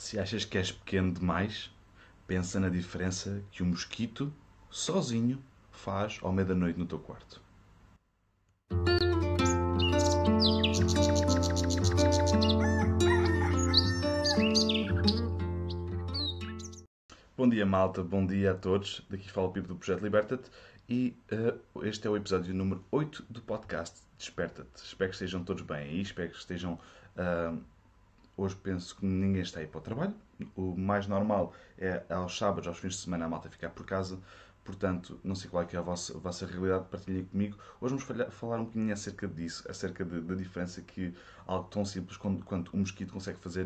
Se achas que és pequeno demais, pensa na diferença que um mosquito, sozinho, faz ao meio da noite no teu quarto. Bom dia, malta. Bom dia a todos. Daqui fala o Pipo do Projeto Liberta-te e este é o episódio número 8 do podcast Desperta-te. Espero que estejam todos bem aí, espero que estejam... Hoje penso que ninguém está aí para o trabalho. O mais normal é aos sábados, aos fins de semana, a malta ficar por casa. Portanto, não sei qual é que é a vossa realidade, partilhem comigo. Hoje vamos falar um bocadinho acerca disso, acerca da diferença que algo tão simples quanto um mosquito consegue fazer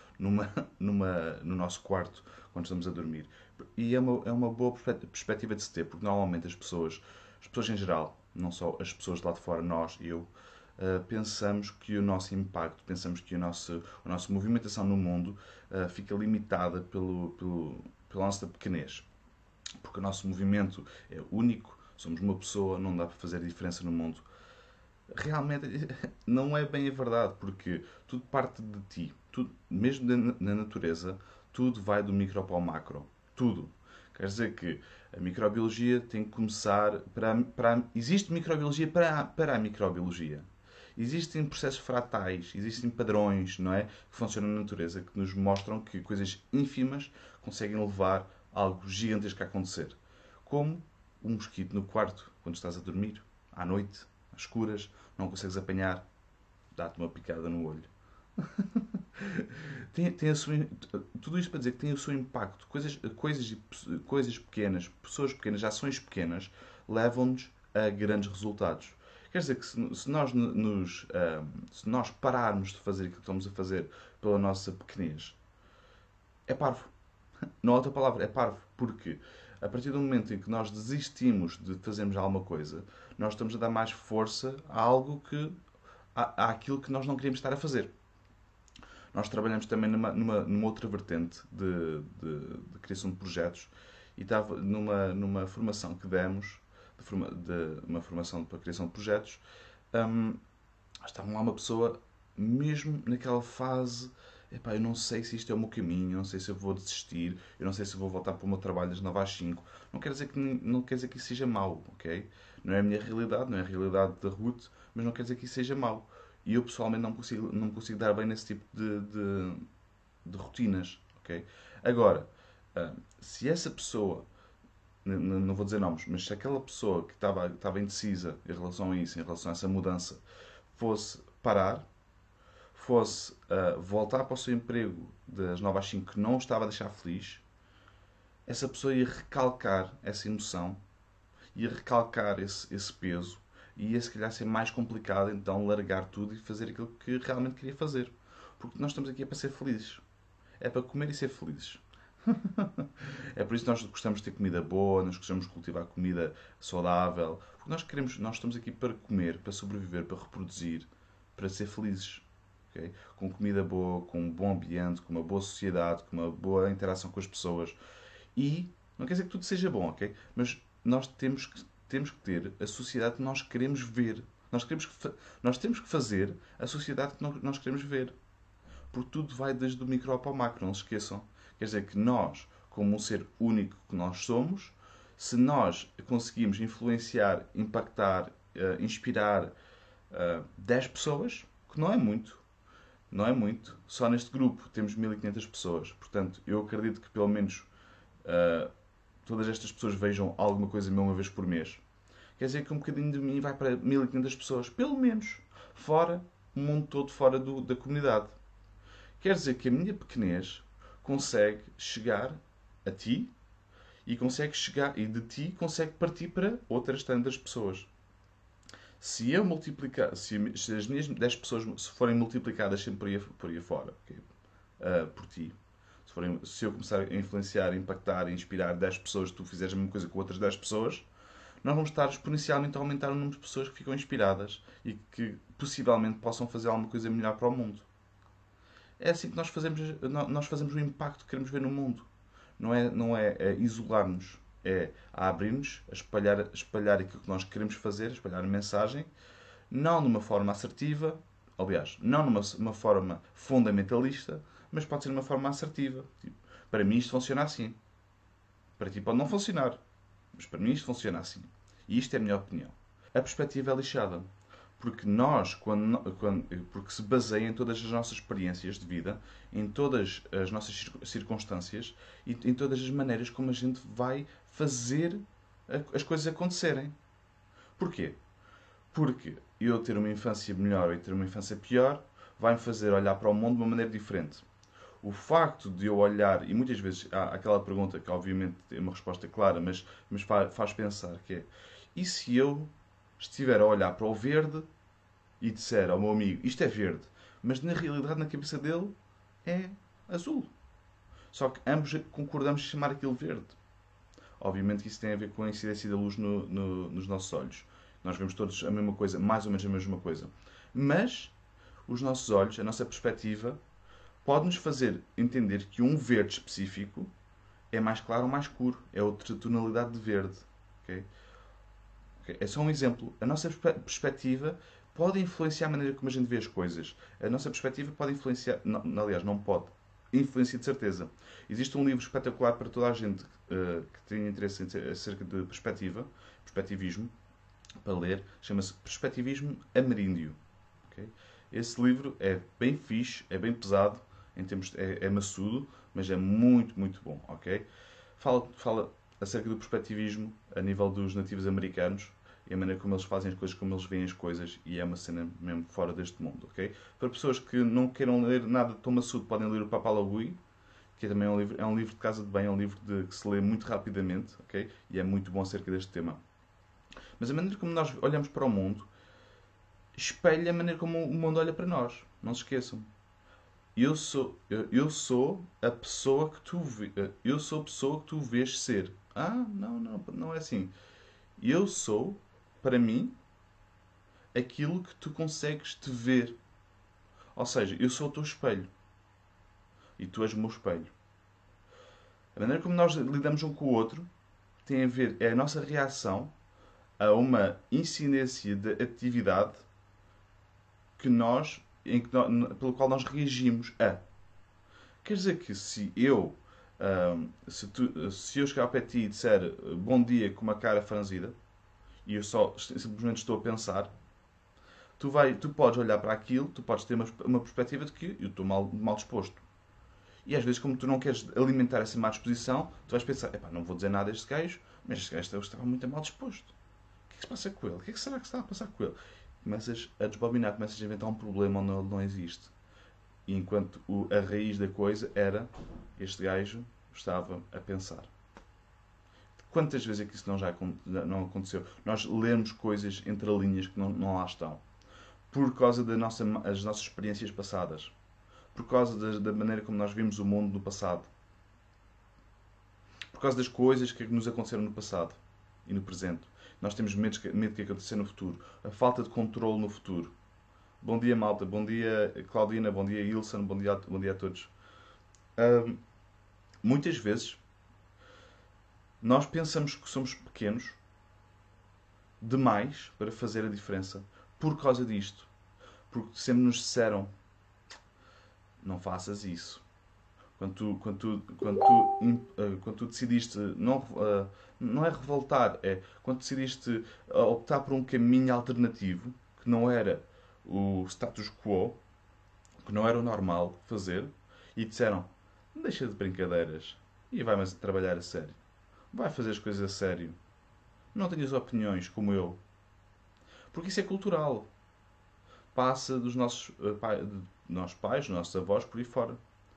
no nosso quarto quando estamos a dormir. E é uma boa perspectiva de se ter, porque normalmente as pessoas em geral, não só as pessoas de lá de fora, nós, eu, pensamos que o nosso impacto, pensamos que a nossa movimentação no mundo fica limitada pela nossa pequenez. Porque o nosso movimento é único, somos uma pessoa, não dá para fazer diferença no mundo. Realmente não é bem a verdade, porque tudo parte de ti. Tudo, mesmo na natureza, tudo vai do micro para o macro. Tudo. Quer dizer que a microbiologia tem que começar... existe microbiologia para a microbiologia. Existem processos fratais, existem padrões, não é? Que funcionam na natureza, que nos mostram que coisas ínfimas conseguem levar a algo gigantesco a acontecer. Como um mosquito no quarto, quando estás a dormir, à noite, às escuras, não consegues apanhar, dá-te uma picada no olho. Tudo isto para dizer que tem o seu impacto. Coisas pequenas, pessoas pequenas, ações pequenas, levam-nos a grandes resultados. Quer dizer que se nós pararmos de fazer aquilo que estamos a fazer pela nossa pequenez, é parvo. Não há outra palavra, é parvo. Porque a partir do momento em que nós desistimos de fazermos alguma coisa, nós estamos a dar mais força a algo àquilo que nós não queríamos estar a fazer. Nós trabalhamos também numa outra vertente de criação de projetos e estava numa formação que demos, uma formação para a criação de projetos, estava lá uma pessoa mesmo naquela fase, epá, eu não sei se isto é o meu caminho, eu não sei se eu vou desistir, eu não sei se eu vou voltar para o meu trabalho das 9 às 5. Não quer dizer que isso seja mau, ok? Não é a minha realidade, não é a realidade da Ruth, mas não quer dizer que isso seja mau. E eu pessoalmente não consigo dar bem nesse tipo de rotinas, ok? Agora, se essa pessoa, não vou dizer nomes, mas se aquela pessoa que estava indecisa em relação a isso, em relação a essa mudança, fosse parar, fosse voltar para o seu emprego das 9 às 5 que não o estava a deixar feliz, essa pessoa ia recalcar essa emoção, ia recalcar esse peso, e ia se calhar ser mais complicado então largar tudo e fazer aquilo que realmente queria fazer. Porque nós estamos aqui para ser felizes. É para comer e ser felizes. É por isso que nós gostamos de ter comida boa, nós gostamos de cultivar comida saudável. Porque nós estamos aqui para comer, para sobreviver, para reproduzir, para ser felizes. Okay? Com comida boa, com um bom ambiente, com uma boa sociedade, com uma boa interação com as pessoas. E não quer dizer que tudo seja bom, ok? Mas nós temos que ter a sociedade que nós queremos ver. Nós temos que fazer a sociedade que nós queremos ver. Porque tudo vai desde o micro para o macro, não se esqueçam. Quer dizer que nós, como um ser único que nós somos, se nós conseguimos influenciar, impactar, inspirar 10 pessoas, que não é muito, só neste grupo temos 1500 pessoas. Portanto, eu acredito que pelo menos todas estas pessoas vejam alguma coisa meu uma vez por mês. Quer dizer que um bocadinho de mim vai para 1500 pessoas, pelo menos, fora o mundo todo, fora da comunidade. Quer dizer que a minha pequenez consegue chegar a ti e de ti consegue partir para outras tantas pessoas. Se eu multiplicar, se as minhas 10 pessoas se forem multiplicadas sempre por aí fora, okay, por ti, se eu começar a influenciar, impactar, inspirar 10 pessoas, tu fizeres a mesma coisa com outras 10 pessoas, nós vamos estar exponencialmente a aumentar o número de pessoas que ficam inspiradas e que possivelmente possam fazer alguma coisa melhor para o mundo. É assim que nós fazemos o impacto que queremos ver no mundo. Não é isolar-nos, é a abrir-nos, a espalhar aquilo que nós queremos fazer, a espalhar a mensagem, não de uma forma assertiva, aliás, não numa forma fundamentalista, mas pode ser de uma forma assertiva. Tipo, para mim isto funciona assim. Para ti pode não funcionar, mas para mim isto funciona assim. E isto é a minha opinião. A perspectiva é lixada. Porque nós, porque se baseia em todas as nossas experiências de vida, em todas as nossas circunstâncias e em todas as maneiras como a gente vai fazer as coisas acontecerem. Porquê? Porque eu ter uma infância melhor e ter uma infância pior vai-me fazer olhar para o mundo de uma maneira diferente. O facto de eu olhar, e muitas vezes há aquela pergunta que obviamente tem uma resposta clara, mas faz pensar, que é: e se eu estiver a olhar para o verde e disser ao meu amigo isto é verde, mas na realidade na cabeça dele é azul? Só que ambos concordamos em chamar aquilo verde. Obviamente que isso tem a ver com a incidência da luz nos nossos olhos. Nós vemos todos a mesma coisa, mais ou menos a mesma coisa. Mas os nossos olhos, a nossa perspectiva, pode-nos fazer entender que um verde específico é mais claro ou mais escuro. É outra tonalidade de verde. Okay? Okay? É só um exemplo. A nossa perspectiva pode influenciar a maneira como a gente vê as coisas. A nossa perspectiva pode influenciar... Não, aliás, não pode. Influencia de certeza. Existe um livro espetacular para toda a gente que tem interesse acerca de perspectivismo, para ler. Chama-se Perspectivismo Ameríndio. Okay? Esse livro é bem fixe, é bem pesado, em termos é maçudo, mas é muito, muito bom. Okay? Fala acerca do perspectivismo a nível dos nativos americanos e a maneira como eles fazem as coisas, como eles veem as coisas, e é uma cena mesmo fora deste mundo. Okay? Para pessoas que não queiram ler nada tão maçudo, podem ler o Papalagui, que também é um livro de casa de bem, é um livro que se lê muito rapidamente, okay? E é muito bom acerca deste tema. Mas a maneira como nós olhamos para o mundo espelha a maneira como o mundo olha para nós. Não se esqueçam. Eu sou a pessoa que eu sou a pessoa que tu vês ser. Ah, não é assim. Eu sou, para mim, aquilo que tu consegues te ver. Ou seja, eu sou o teu espelho. E tu és o meu espelho. A maneira como nós lidamos um com o outro tem a ver, é a nossa reação a uma incidência de atividade pelo qual nós reagimos a. Quer dizer que se eu chegar para ti e disser bom dia com uma cara franzida e eu só simplesmente estou a pensar, tu podes olhar para aquilo, tu podes ter uma perspectiva de que eu estou mal disposto. E às vezes, como tu não queres alimentar essa má disposição, tu vais pensar, epá, não vou dizer nada a este gajo, mas este gajo estava muito mal disposto. O que é que se passa com ele? O que é que será que está a passar com ele? Começas a desbobinar, começas a inventar um problema onde ele não existe. E enquanto a raiz da coisa era este gajo estava a pensar. Quantas vezes é que isso não aconteceu? Nós lemos coisas entre linhas que não lá estão. Por causa das nossas experiências passadas. Por causa da maneira como nós vimos o mundo no passado. Por causa das coisas que nos aconteceram no passado e no presente. Nós temos medo que aconteça no futuro. A falta de controle no futuro. Bom dia, malta. Bom dia, Claudina. Bom dia, Ilson. Bom dia a todos. Muitas vezes nós pensamos que somos pequenos demais para fazer a diferença por causa disto. Porque sempre nos disseram: não faças isso. Quando tu decidiste não é revoltar, é quando decidiste optar por um caminho alternativo que não era o status quo, que não era o normal fazer, e disseram: deixa de brincadeiras e vai mais trabalhar a sério. Vai fazer as coisas a sério. Não tenhas opiniões como eu. Porque isso é cultural. Passa dos nossos pais, dos nossos avós, por aí fora.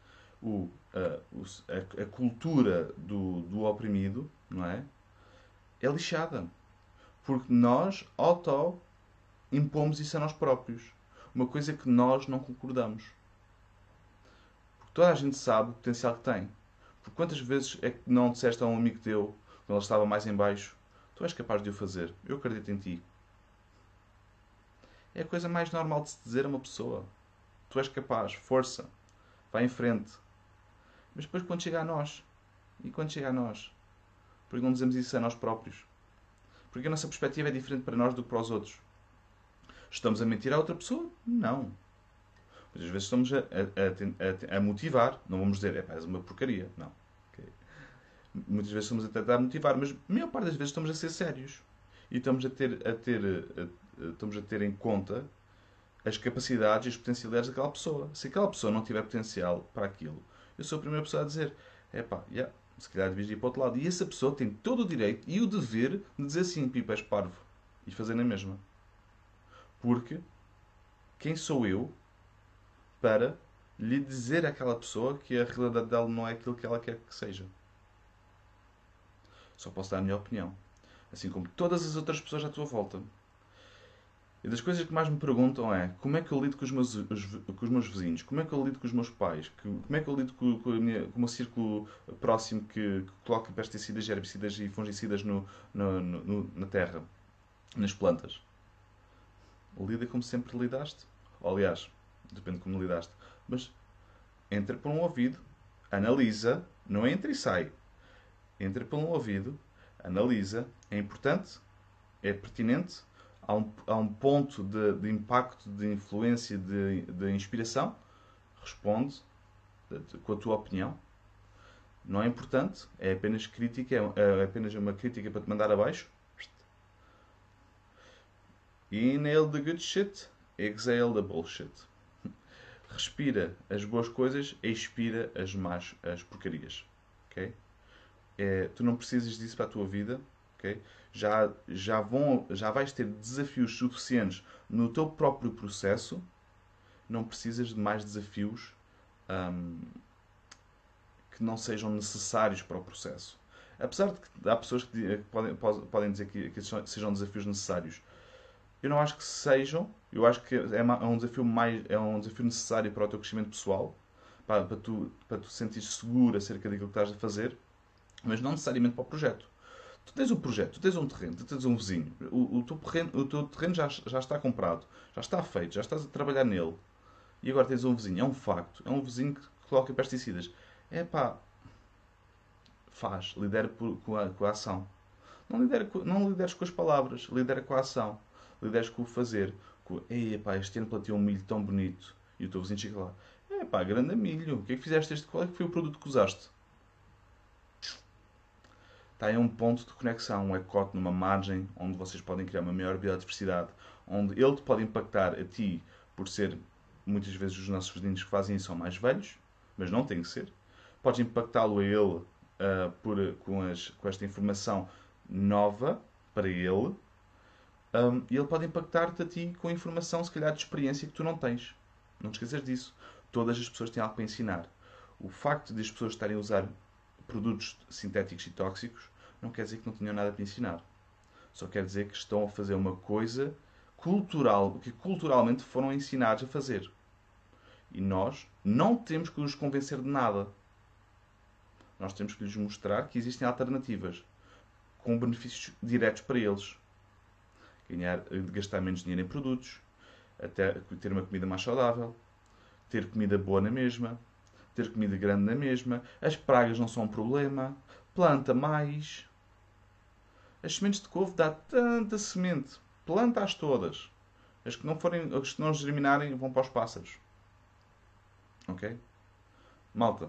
A cultura do oprimido, não é? É lixada. Porque nós impomos isso a nós próprios. Uma coisa que nós não concordamos. Porque toda a gente sabe o potencial que tem. Porque quantas vezes é que não disseste a um amigo teu, quando ele estava mais em baixo: tu és capaz de o fazer, eu acredito em ti. É a coisa mais normal de se dizer a uma pessoa. Tu és capaz, força, vai em frente. Mas depois quando chega a nós, porque não dizemos isso a nós próprios? Porque a nossa perspectiva é diferente para nós do que para os outros. Estamos a mentir à outra pessoa? Não. Muitas vezes estamos a motivar, não vamos dizer, és uma porcaria, não. Ok? Muitas vezes estamos a tentar motivar, mas a maior parte das vezes estamos a ser sérios. E estamos a ter em conta as capacidades e as potencialidades daquela pessoa. Se aquela pessoa não tiver potencial para aquilo, eu sou a primeira pessoa a dizer, se calhar devias ir para o outro lado. E essa pessoa tem todo o direito e o dever de dizer assim, Pipa, és parvo. E fazer na mesma. Porque quem sou eu para lhe dizer àquela pessoa que a realidade dela não é aquilo que ela quer que seja? Só posso dar a minha opinião. Assim como todas as outras pessoas à tua volta. E das coisas que mais me perguntam é como é que eu lido com os meus vizinhos, como é que eu lido com os meus pais, como é que eu lido com o meu círculo próximo que coloca pesticidas, herbicidas e fungicidas na terra, nas plantas. Lida como sempre lidaste. Ou, aliás, depende de como lidaste. Mas entra por um ouvido, analisa, não entra e sai. Entra por um ouvido, analisa, é importante, é pertinente, há um ponto de impacto, de influência, de inspiração, responde com a tua opinião. Não é importante, é apenas crítica, é apenas uma crítica para te mandar abaixo. Inhale the good shit, exhale the bullshit. Respira as boas coisas, expira as porcarias. Okay? Tu não precisas disso para a tua vida. Okay? Já vais ter desafios suficientes no teu próprio processo. Não precisas de mais desafios que não sejam necessários para o processo. Apesar de que há pessoas que podem dizer que sejam desafios necessários. Eu não acho que sejam. Eu acho que é um desafio necessário para o teu crescimento pessoal, para tu sentir seguro acerca daquilo que estás a fazer, mas não necessariamente para o projeto. Tu tens um projeto, tu tens um terreno, tu tens um vizinho. O teu terreno já está comprado, já está feito, já estás a trabalhar nele. E agora tens um vizinho, é um facto. É um vizinho que coloca pesticidas. Lidera com a ação. Não lideres com as palavras, lidera com a ação. Lideres com o fazer. Este ano plantei um milho tão bonito. E o teu vizinho chega lá. Grande milho. O que é que fizeste qual é que foi o produto que usaste? Está aí um ponto de conexão, um ecote numa margem onde vocês podem criar uma maior biodiversidade, onde ele te pode impactar a ti por ser, muitas vezes os nossos vizinhos que fazem isso são mais velhos, mas não tem que ser. Podes impactá-lo a ele com esta informação nova para ele, e ele pode impactar-te a ti com informação, se calhar, de experiência que tu não tens. Não te esqueças disso. Todas as pessoas têm algo para ensinar. O facto de as pessoas estarem a usar produtos sintéticos e tóxicos não quer dizer que não tenham nada para ensinar. Só quer dizer que estão a fazer uma coisa cultural, que culturalmente foram ensinados a fazer. E nós não temos que os convencer de nada. Nós temos que lhes mostrar que existem alternativas com benefícios diretos para eles. Gastar menos dinheiro em produtos, até ter uma comida mais saudável, ter comida boa na mesma, ter comida grande na mesma, as pragas não são um problema, planta mais. As sementes de couve dá tanta semente, planta-as todas. As que não germinarem vão para os pássaros. Ok? Malta,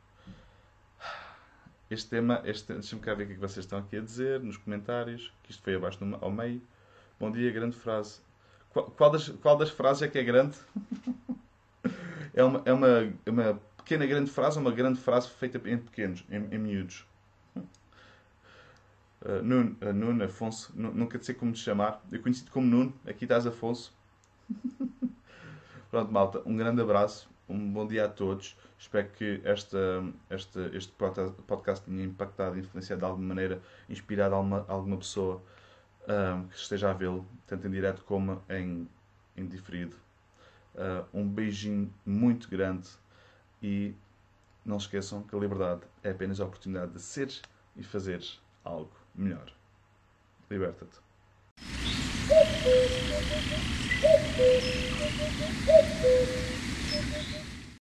este tema, deixa-me cá ver o que vocês estão aqui a dizer nos comentários, que isto foi abaixo ao meio. Bom dia, grande frase. Qual das frases é que é grande? É uma pequena grande frase ou uma grande frase feita em pequenos, em miúdos? Nuno, Afonso, nunca sei como te chamar. Eu conheci-te como Nuno, aqui estás Afonso. Pronto, malta, um grande abraço, um bom dia a todos. Espero que este podcast tenha impactado, influenciado de alguma maneira, inspirado alguma pessoa que esteja a vê-lo, tanto em direto como em diferido. Um beijinho muito grande e não se esqueçam que a liberdade é apenas a oportunidade de seres e fazeres algo melhor. Liberta-te.